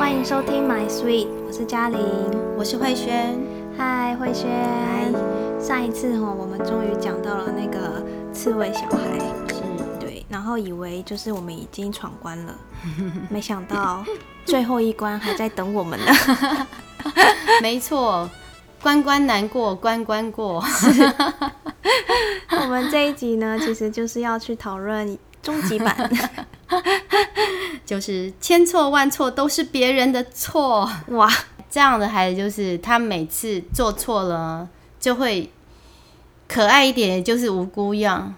欢迎收听 My Sweet， 我是嘉玲， 我是慧萱。 嗨，慧萱。上一次我们终于讲到了那个刺猬小孩， 是， 对，然后以为就是我们已经闯关了，没想到最后一关还在等我们呢。 没错，关关难过关关过。 我们这一集呢，其实就是要去讨论终极版。 就是千错万错都是别人的错。 哇， 这样的孩子就是他每次做错了就会可爱一点，就是无辜样。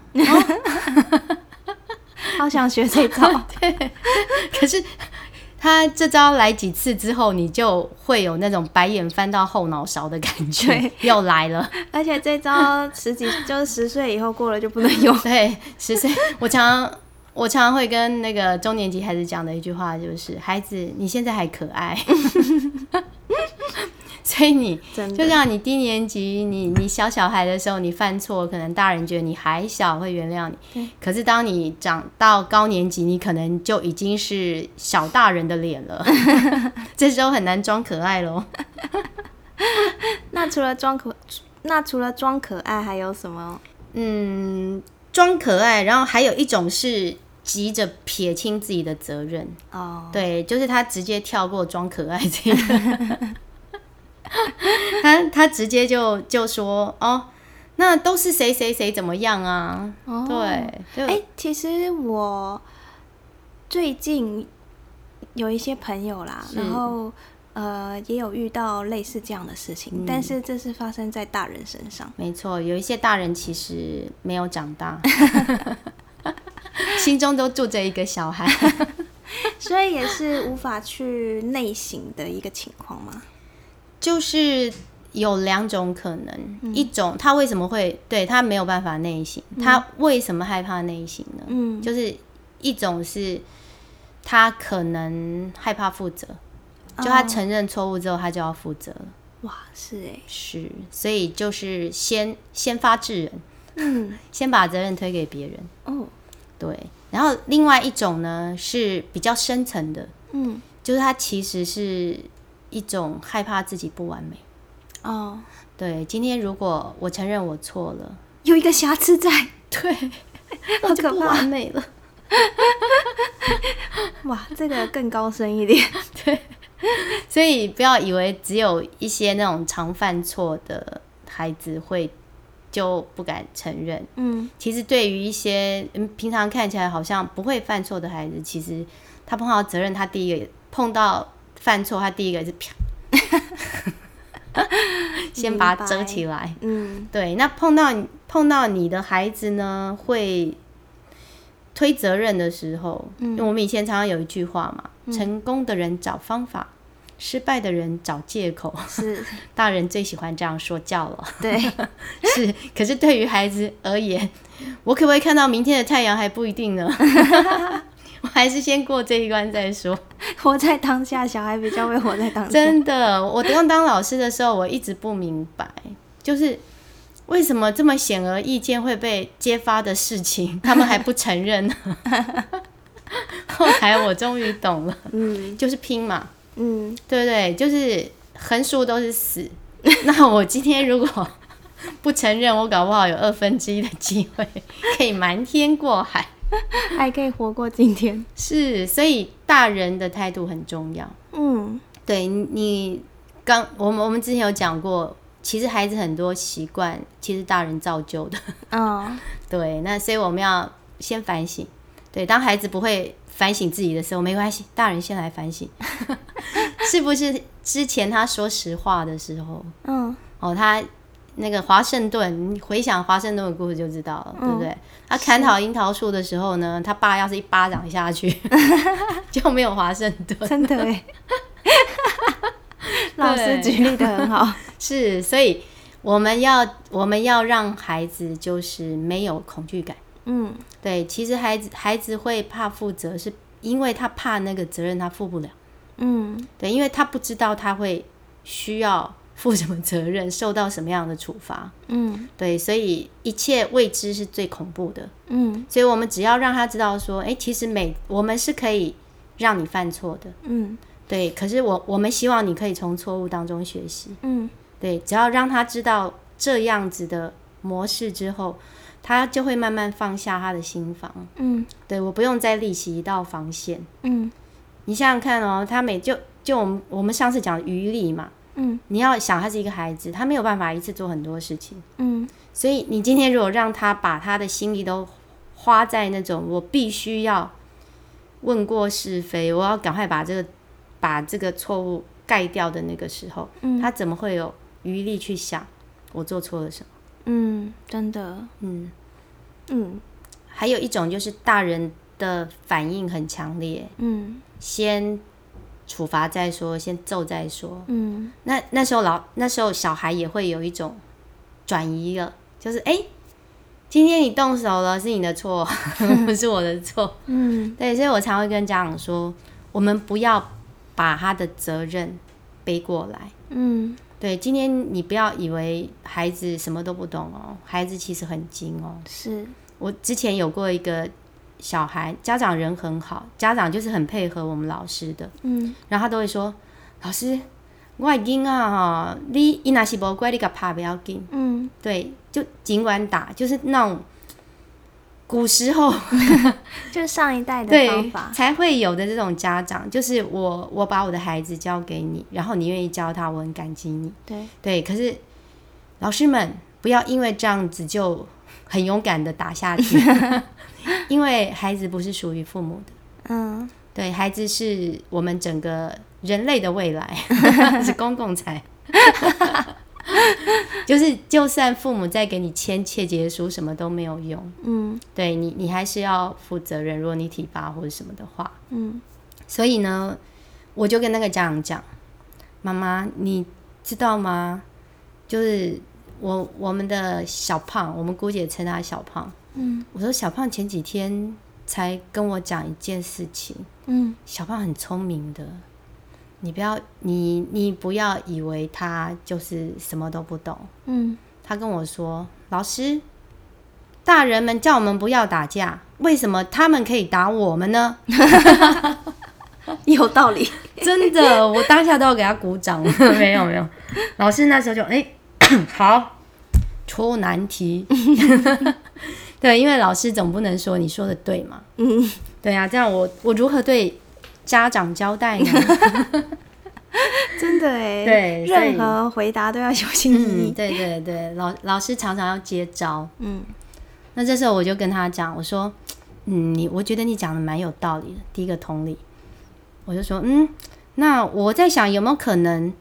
好想学这招。 对，可是他这招来几次之后，你就会有那种白眼翻到后脑勺的感觉，又来了。 而且这招10岁以后过了就不能用。 对，10岁，我常常会跟那个中年级孩子讲的一句话就是：孩子，你现在还可爱。所以你就像你低年级，你小孩的时候，你犯错，可能大人觉得你还小，会原谅你。可是当你长到高年级，你可能就已经是小大人的脸了。这时候很难装可爱咯。 那除了装可爱，还有什么？ 装可爱，然后还有一种是急着撇清自己的责任。对，就是他直接跳过装可爱这个。他直接就说那都是谁谁谁怎么样啊？对， 其实我最近有一些朋友啦，然后也有遇到类似这样的事情，但是这是发生在大人身上。 没错，有一些大人其实没有长大，心中都住着一个小孩， 所以也是无法去内省的一个情况吗？ 就是有两种可能，一种他为什么会对他没有办法内省，他为什么害怕内省呢？就是一种是他可能害怕负责，就他承认错误之后他就要负责了。 哇，是， 所以就是先发制人，先把责任推给别人。对。然后另外一种呢是比较深层的，就是他其实是一种害怕自己不完美。对，今天如果我承认我错了， 有一个瑕疵在， 对，我就不完美了。 哇，这个更高深一点。 对，所以不要以为只有一些那种常犯错的孩子就不敢承认。其实对于一些平常看起来好像不会犯错的孩子，其实他碰到责任，他第一个碰到犯错，他第一个是啪，先把它遮起来。对。那碰到你的孩子呢，会推责任的时候，因为我们以前常常有一句话嘛，成功的人找方法，失败的人找借口。 是， 大人最喜欢这样说教了。 对， 是。可是对于孩子而言，我可不可以看到明天的太阳还不一定呢。我还是先过这一关再说。 活在当下，小孩比较会活在当下。 真的，我刚当老师的时候，我一直不明白，就是为什么这么显而易见会被揭发的事情，他们还不承认呢？后来我终于懂了，就是拼嘛，对不对？就是横竖都是死。那我今天如果不承认，我搞不好有1/2的机会可以瞒天过海。 还可以活过今天。 是，所以大人的态度很重要。对，我们之前有讲过，其实孩子很多习惯其实大人造就的。对，那所以我们要先反省。对，当孩子不会反省自己的时候，没关系，大人先来反省。是不是之前他说实话的时候，他那个华盛顿，你回想华盛顿的故事就知道了，对不对？他砍倒樱桃树的时候呢，他爸要是一巴掌下去，就没有华盛顿。 真的耶。老师举例得很好。 是，所以我们要让孩子就是没有恐惧感。对，其实孩子会怕负责，是因为他怕那个责任他负不了。对，因为他不知道他会需要负什么责任，受到什么样的处罚。对，所以一切未知是最恐怖的。所以我们只要让他知道说，其实我们是可以让你犯错的。 对，可是我们希望你可以从错误当中学习。对，只要让他知道这样子的模式之后，他就会慢慢放下他的心防。对，我不用再立起一道防线。你想想看哦，他就我们上次讲余力嘛。你要想他是一个孩子，他没有办法一次做很多事情。所以你今天如果让他把他的心力都花在那种我必须要问过是非，我要赶快把这个错误盖掉的那个时候，他怎么会有余力去想我做错了什么？ 真的。 还有一种就是大人的反应很强烈，先处罚再说，先揍再说。那时候小孩也会有一种转移了，就是今天你动手了是你的错，不是我的错。对，所以我常会跟家长说，我们不要把他的责任背过来。对，今天你不要以为孩子什么都不懂哦，孩子其实很精哦。 是我之前有过一个小孩，家长人很好，家长就是很配合我们老师的。然后他都会说，老师，我的囡仔你若是不乖，你给他打不要紧。对，就尽管打，就是那种古时候就上一代的方法才会有的这种家长，就是我把我的孩子交给你，然后你愿意教他，我很感激你。对，可是老师们不要因为这样子就很勇敢的打下去，因为孩子不是属于父母的。对，孩子是我们整个人类的未来，是公共财。就算父母再给你签切结书，什么都没有用。对你还是要负责任，如果你体罚或者什么的话。所以呢，我就跟那个家长讲，妈妈，你知道吗？就是我们的小胖，我们姑姐称他小胖。我说小胖前几天才跟我讲一件事情。小胖很聪明的。你不要以为他就是什么都不懂。他跟我说，老师，大人们叫我们不要打架，为什么他们可以打我们呢？ 有道理。 真的，我当下都要给他鼓掌。没有，老师那时候就好，出难题。对，因为老师总不能说你说的对嘛。对啊，这样我如何对家长交代呢？ 真的耶， 对， 任何回答都要小心翼翼。 对，老师常常要接招。那这时候我就跟他讲，我说，我觉得你讲的蛮有道理的。第一个同理，我就说，那我在想有没有可能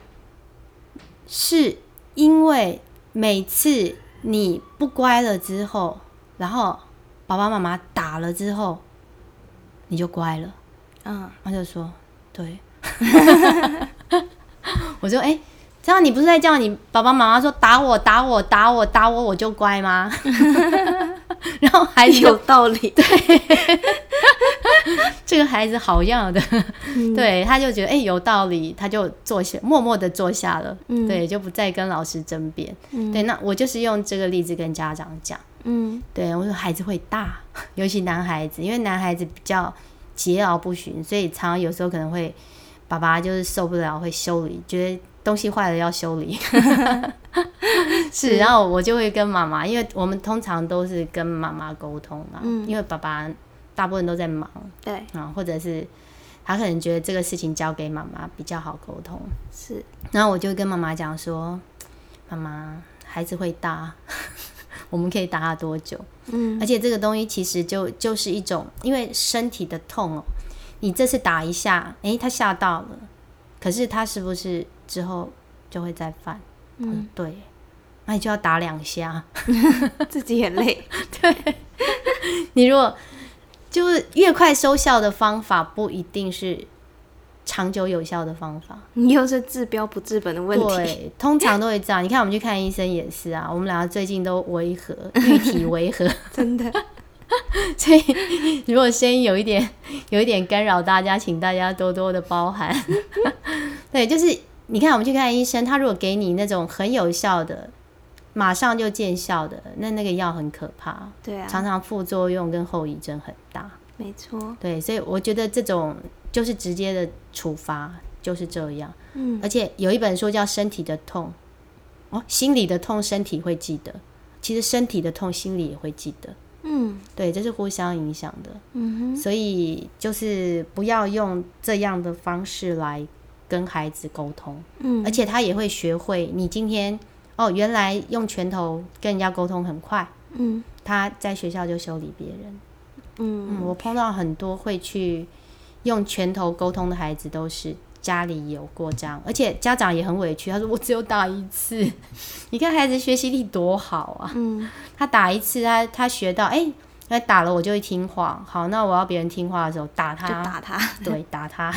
是因为每次你不乖了之后，然后爸爸妈妈打了之后，你就乖了。他就说对。我说这样你不是在叫你爸爸妈妈说打我我就乖吗？然后孩子有道理。 对。这个孩子好样的。对，他就觉得有道理，他就默默的坐下了。对，就不再跟老师争辩。对，那我就是用这个例子跟家长讲。对，我说孩子会大，尤其男孩子，因为男孩子比较桀骜不驯，所以常常有时候可能会爸爸就是受不了会修理，觉得东西坏了要修理。是，然后我就会跟妈妈，因为我们通常都是跟妈妈沟通嘛。因为爸爸大部分都在忙。 对。 或者是他可能觉得这个事情交给妈妈比较好沟通。 是。 然后我就跟妈妈讲说，妈妈，孩子会大。我们可以打他多久？而且这个东西其实就是一种，因为身体的痛你这次打一下，他吓到了，可是他是不是之后就会再犯？对，那你就要打2下， 自己也累。 对，你如果就是越快收效的方法，不一定是长久有效的方法。 你又是治标不治本的问题。 对，通常都会这样。你看我们去看医生也是啊，我们两个最近都违和，玉体违和。 真的。 所以如果声音有一点干扰大家，请大家多多的包涵。对，就是你看我们去看医生，他如果给你那种很有效的马上就见效的，那个药很可怕。 对啊， 常常副作用跟后遗症很大。 没错。 对，所以我觉得这种就是直接的处罚就是这样。而且有一本书叫《身体的痛》，心里的痛身体会记得，其实身体的痛心里也会记得。对，这是互相影响的。所以就是不要用这样的方式来跟孩子沟通。而且他也会学会，你今天原来用拳头跟人家沟通很快。他在学校就修理别人。我碰到很多会去用拳头沟通的孩子，都是家里有过这样，而且家长也很委屈，他说我只有打一次。你看孩子学习力多好啊。他打一次，他学到那打了我就会听话。好，那我要别人听话的时候打他， 就打他。 对，打他。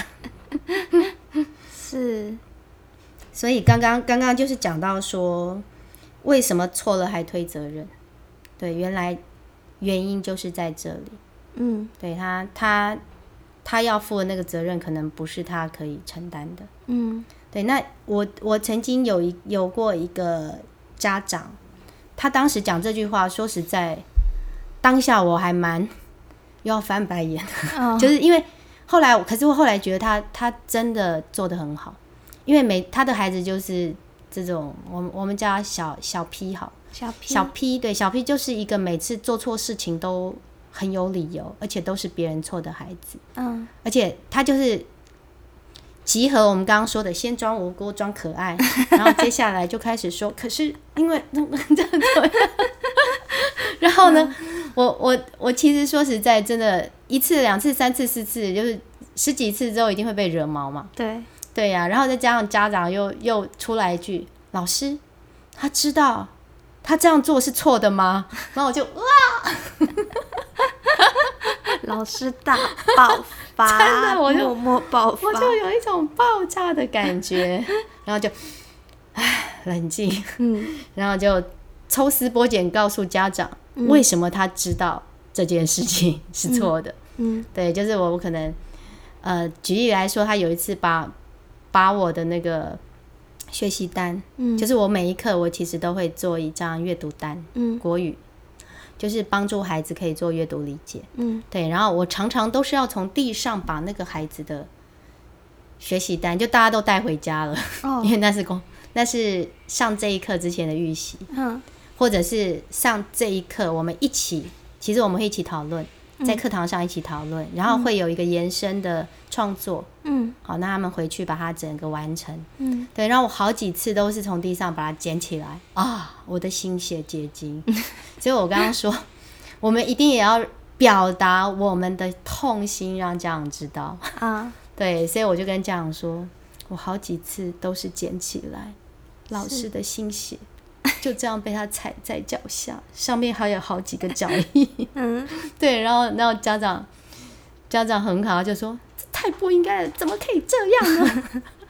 是。 所以刚刚就是讲到说，为什么错了还推责任？对，原来原因就是在这里。对，他要负的那个责任可能不是他可以承担的。对，那我曾经有过一个家长，他当时讲这句话，说实在，当下我还蛮要翻白眼。就是因为可是我后来觉得他真的做得很好，因为他的孩子就是这种我们叫小 P 好，小 P 对，小 P 就是一个每次做错事情都很有理由，而且都是别人错的孩子。而且他就是集合我们刚刚说的，先装无辜装可爱，然后接下来就开始说可是因为这样然后呢，我其实说实在，真的1次2次3次4次，就是10几次之后一定会被惹毛嘛。对呀，然后再加上家长又出来一句，老师他知道他这样做是错的吗？然后我就哇老师大爆发， 真的我就默默爆发， 我就有一种爆炸的感觉。然后就冷静。然后就抽丝剥茧告诉家长，为什么他知道这件事情是错的。对，就是我可能举例来说，他有一次把我的那个学习单，就是我每一课我其实都会做一张阅读单。国语就是帮助孩子可以做阅读理解。对，然后我常常都是要从地上把那个孩子的学习单就大家都带回家了。因为那是上这一课之前的预习。或者是上这一课其实我们会一起讨论，在课堂上一起讨论，然后会有一个延伸的创作。好，那他们回去把它整个完成。对，然后我好几次都是从地上把它捡起来我的心血结晶。所以我刚刚说我们一定也要表达我们的痛心，让家长知道。对，所以我就跟家长说，我好几次都是捡起来老师的心血，就这样被他踩在脚下，上面还有好几个脚印。对，然后家长很好，就说这太不应该了，怎么可以这样呢？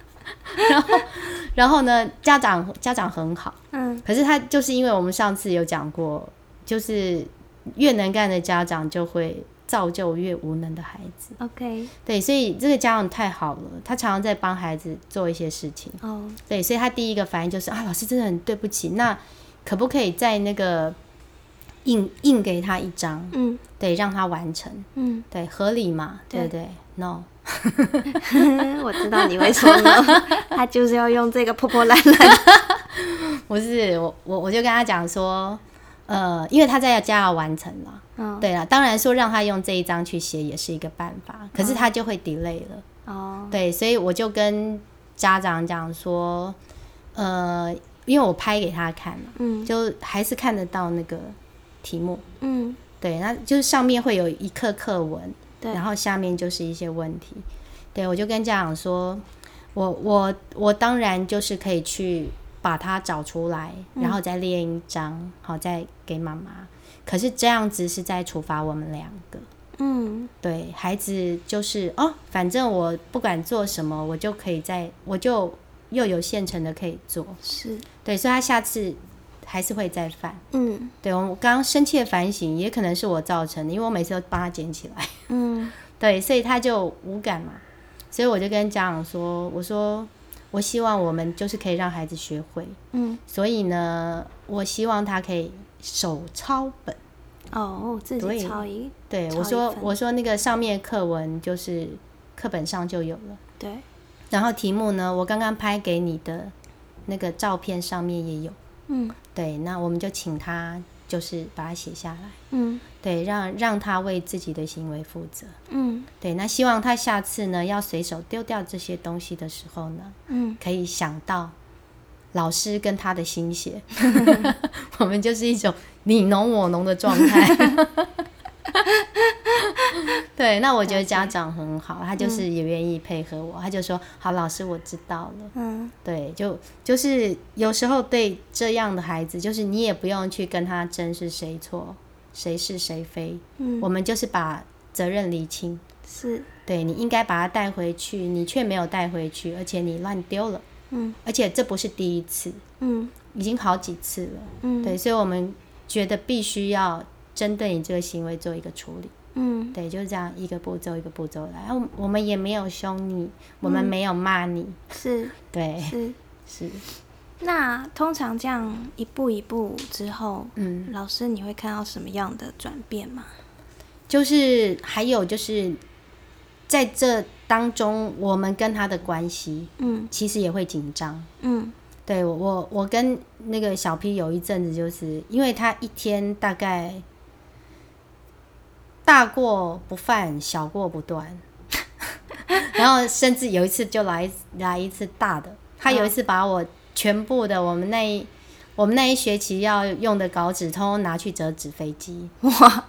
然后呢，家长很好。可是他就是因为我们上次有讲过，就是越能干的家长就会造就越无能的孩子。 OK， 对，所以这个家长太好了，他常常在帮孩子做一些事情。对，所以他第一个反应就是老师真的很对不起，那可不可以在那个印给他一张？对，让他完成。对，合理嘛，对不对？No。 我知道你会说 no， 他就是要用这个破破烂烂。 不是，我就跟他讲说，因为他在家要完成了。对啦，当然说让他用这一张去写也是一个办法，可是他就会 delay 了。对，所以我就跟家长讲说，因为我拍给他看嘛，就还是看得到那个题目。对，那就是上面会有一课课文，然后下面就是一些问题。对，我就跟家长说，我当然就是可以去把它找出来，然后再列一张，好，再给妈妈。可是这样子是在处罚我们2个。对，孩子就是反正我不管做什么，我就可以我就又有现成的可以做。 是， 对，所以他下次还是会再犯。对，我刚刚深切反省，也可能是我造成的，因为我每次都帮他捡起来。对，所以他就无感嘛。所以我就跟家长说，我说我希望我们就是可以让孩子学会。所以呢，我希望他可以手抄本。 哦，自己抄一对，我说那个上面课文就是课本上就有了， 对。 然后题目呢，我刚刚拍给你的那个照片上面也有，对，那我们就请他就是把它写下来，对，让他为自己的行为负责，对，那希望他下次呢要随手丢掉这些东西的时候呢，可以想到老师跟他的心血，我们就是一种你侬我侬的状态。对，那我觉得家长很好，他就是也愿意配合我，他就说好，老师我知道了。对，就是有时候对这样的孩子，就是你也不用去跟他争是谁错谁是谁非，我们就是把责任厘清， 是对，你应该把他带回去，你却没有带回去，而且你乱丢了，而且这不是第一次，已经好几次了，对，所以我们觉得必须要针对你这个行为做一个处理，对，就是这样一个步骤一个步骤来，我们也没有凶你，我们没有骂你， 是， 对， 是。那通常这样一步一步之后，老师你会看到什么样的转变吗？ 就是还有就是在这当中，我们跟他的关系，其实也会紧张，对，我跟那个小 P 有一阵子，就是因为他一天大概大过不犯，小过不断，然后甚至有一次就来一次大的，他有一次把我全部的我们那一学期要用的稿纸，通通拿去折纸飞机，哇！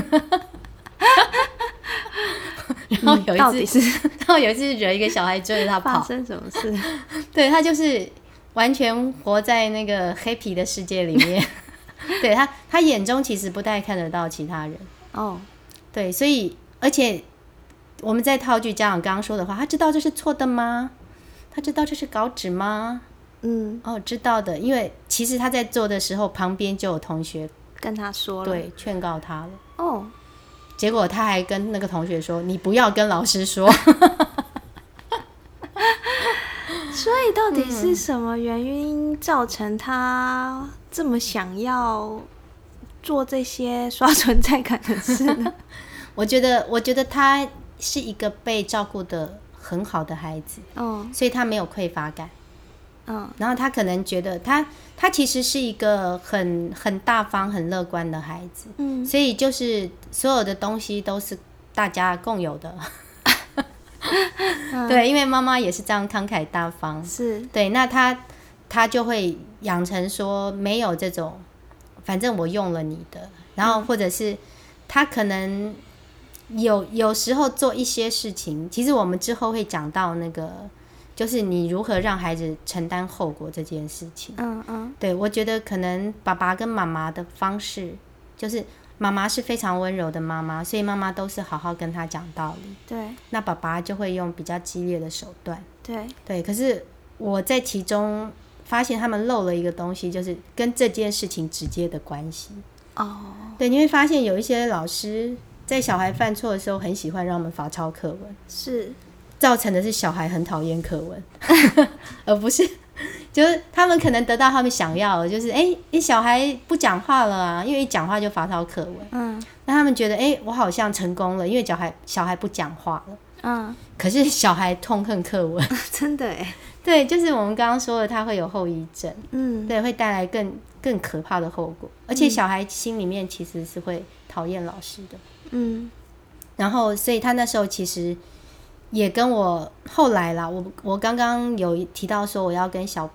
然后有一次惹一个小孩追着他跑， 发生什么事？ 对，他就是完全活在那个黑皮的世界里面。对，他眼中其实不太看得到其他人。对，所以而且我们在套句家长刚刚说的话，他知道这是错的吗？他知道这是稿纸吗？知道的，因为其实他在做的时候，旁边就有同学跟他说了， 对，劝告他了。结果他还跟那个同学说：“你不要跟老师说。” 所以到底是什么原因造成他这么想要做这些刷存在感的事呢？ 我觉得他是一个被照顾得很好的孩子，所以他没有匮乏感。然后他可能觉得他其实是一个很大方很乐观的孩子，所以就是所有的东西都是大家共有的。对，因为妈妈也是这样慷慨大方， 是对，那他就会养成说没有这种反正我用了你的，然后或者是他可能有时候做一些事情，其实我们之后会讲到那个就是你如何让孩子承担后果这件事情。对，我觉得可能爸爸跟妈妈的方式，就是妈妈是非常温柔的妈妈，所以妈妈都是好好跟他讲道理。 对， 那爸爸就会用比较激烈的手段。 对， 可是我在其中发现他们漏了一个东西，就是跟这件事情直接的关系。对，你会发现有一些老师在小孩犯错的时候，很喜欢让我们罚抄课文， 是造成的是小孩很讨厌课文，而不是就是他们可能得到他们想要的，就是小孩不讲话了啊，因为一讲话就罚抄课文。那他们觉得我好像成功了，因为小孩不讲话了。可是小孩痛恨课文。 真的对，就是我们刚刚说的，他会有后遗症。对，会带来更可怕的后果，而且小孩心里面其实是会讨厌老师的。然后所以他那时候其实也跟我后来啦，我刚刚有提到说我要跟小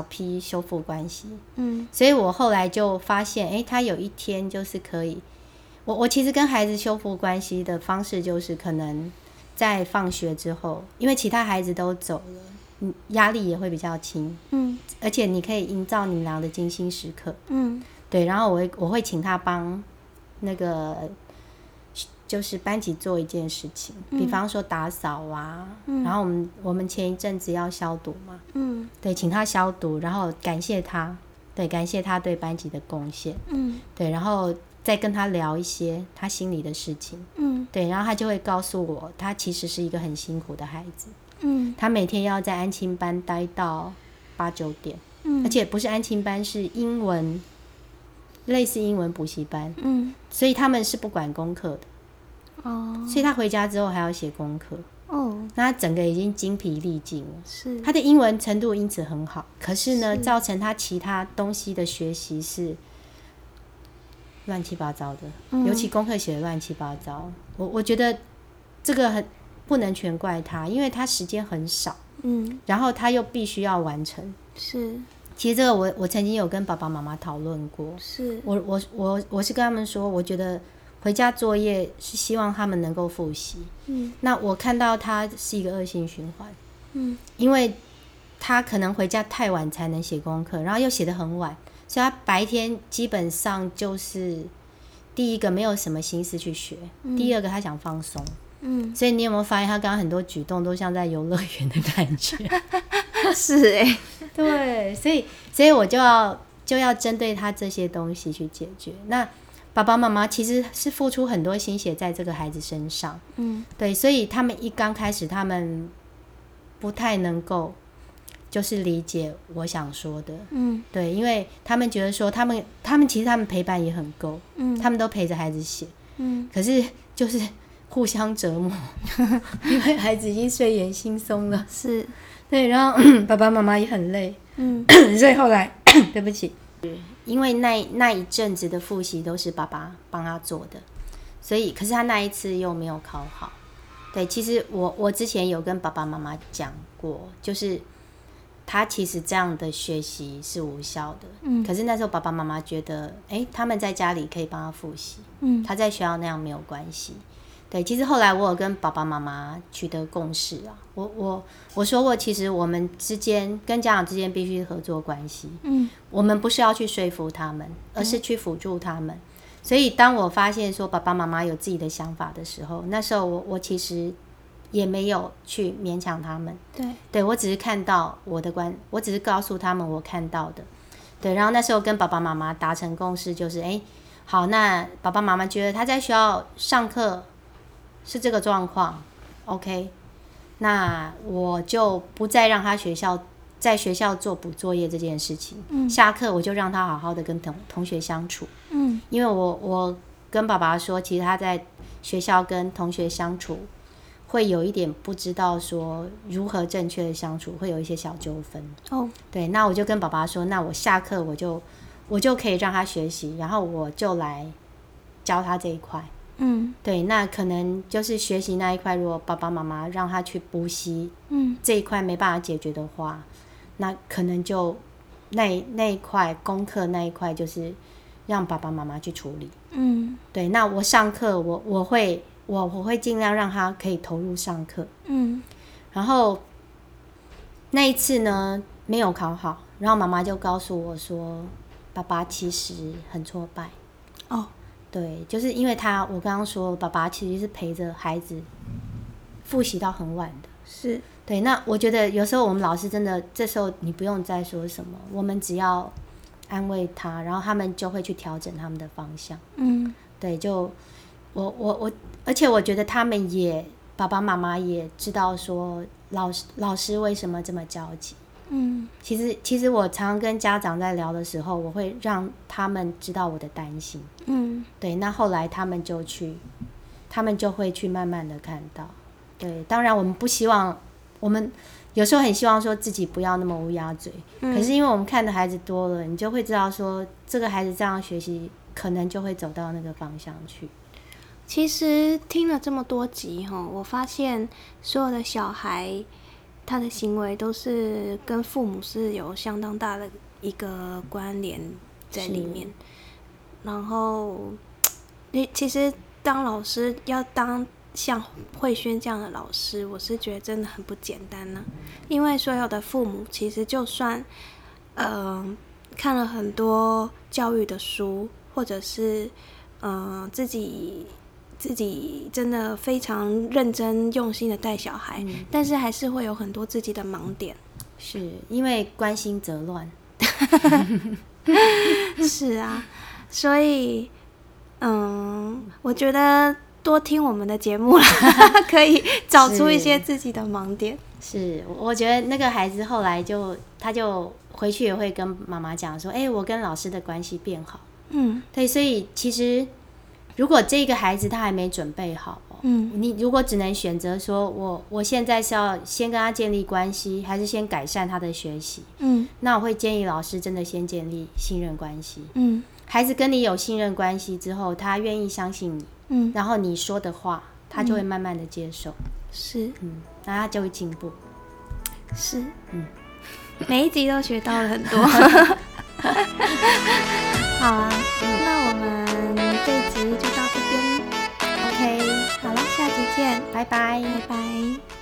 P 修复关系，所以我后来就发现他有一天就是可以，我其实跟孩子修复关系的方式就是可能在放学之后，因为其他孩子都走了，压力也会比较轻，而且你可以营造你们俩的精心时刻，对，然后我会请他帮那个就是班级做一件事情，比方说打扫啊，然后我们前一阵子要消毒嘛，对，请他消毒，然后感谢他对班级的贡献，对，然后再跟他聊一些他心里的事情，对，然后他就会告诉我，他其实是一个很辛苦的孩子，他每天要在安亲班待到8、9点，而且不是安亲班，是英文类似英文补习班，所以他们是不管功课的，所以他回家之后还要写功课，那他整个已经精疲力尽了， 是他的英文程度因此很好，可是呢，造成他其他东西的学习是乱七八糟的，尤其功课写的乱七八糟，我觉得这个很不能全怪他，因为他时间很少，然后他又必须要完成， 是。 其实这个我曾经有跟爸爸妈妈讨论过， 是我是跟他们说，我觉得回家作业是希望他们能够复习，那我看到他是一个恶性循环，因为他可能回家太晚才能写功课，然后又写得很晚，所以他白天基本上就是第一个没有什么心思去学，第二个他想放松，所以你有没有发现他刚刚很多举动都像在游乐园的感觉？ 是对，所以我就要针对他这些东西去解决。那爸爸妈妈其实是付出很多心血在这个孩子身上，对，所以他们一刚开始，他们不太能够就是理解我想说的，对，因为他们觉得说他们其实他们陪伴也很够，他们都陪着孩子写，可是就是互相折磨，因为孩子已经睡眼惺忪了， 是。 对，然后爸爸妈妈也很累，所以后来对不起，因为那一阵子的复习都是爸爸帮他做的，所以可是他那一次又没有考好。对，其实我之前有跟爸爸妈妈讲过，就是他其实这样的学习是无效的，可是那时候爸爸妈妈觉得他们在家里可以帮他复习，他在学校那样没有关系。对，其实后来我有跟爸爸妈妈取得共识啊，我说过，其实我们之间跟家长之间必须合作关系，我们不是要去说服他们，而是去辅助他们。所以当我发现说爸爸妈妈有自己的想法的时候，那时候我其实也没有去勉强他们，对，我只是看到我只是告诉他们我看到的，对，然后那时候跟爸爸妈妈达成共识，就是好，那爸爸妈妈觉得他在学校上课是这个状况 ，OK， 那我就不再让他在学校做补作业这件事情，下课我就让他好好的跟同学相处，因为我跟爸爸说，其实他在学校跟同学相处会有一点不知道说如何正确的相处，会有一些小纠纷，对，那我就跟爸爸说，那我下课我就可以让他学习，然后我就来教他这一块。对，那可能就是学习那一块，如果爸爸妈妈让他去补习，这一块没办法解决的话，那可能就那一块功课那一块就是让爸爸妈妈去处理。对，那我上课我会尽量让他可以投入上课。然后那一次呢没有考好，然后妈妈就告诉我说，爸爸其实很挫败。对，就是因为我刚刚说爸爸其实是陪着孩子复习到很晚的， 是， 对，那我觉得有时候我们老师真的这时候你不用再说什么，我们只要安慰他，然后他们就会去调整他们的方向。对，就而且我觉得他们爸爸妈妈也知道说老师为什么这么焦急。其实我常常跟家长在聊的时候，我会让他们知道我的担心。对，那后来他们就会去慢慢的看到。对，当然我们不希望，我们有时候很希望说自己不要那么乌鸦嘴，可是因为我们看的孩子多了，你就会知道说这个孩子这样学习可能就会走到那个方向去。 其实听了这么多集我发现所有的小孩他的行为都是跟父母是有相当大的一个关联在里面。然后其实当老师要当像慧萱这样的老师，我是觉得真的很不简单呢。因为所有的父母其实就算看了很多教育的书，或者是自己真的非常认真用心的带小孩，但是还是会有很多自己的盲点， 是因为关心则乱。 是啊，所以我觉得多听我们的节目啦，可以找出一些自己的盲点。 是，我觉得那个孩子后来他就回去也会跟妈妈讲说，我跟老师的关系变好。 对，所以其实如果这个孩子他还没准备好，你如果只能选择说我现在是要先跟他建立关系，还是先改善他的学习，那我会建议老师真的先建立信任关系。孩子跟你有信任关系之后，他愿意相信你，然后你说的话他就会慢慢的接受， 是， 然后他就会进步。 是，每一集都学到了很多。好啊，那我们这一集就到这边。 OK， 好了，下集见， 拜拜， 拜拜。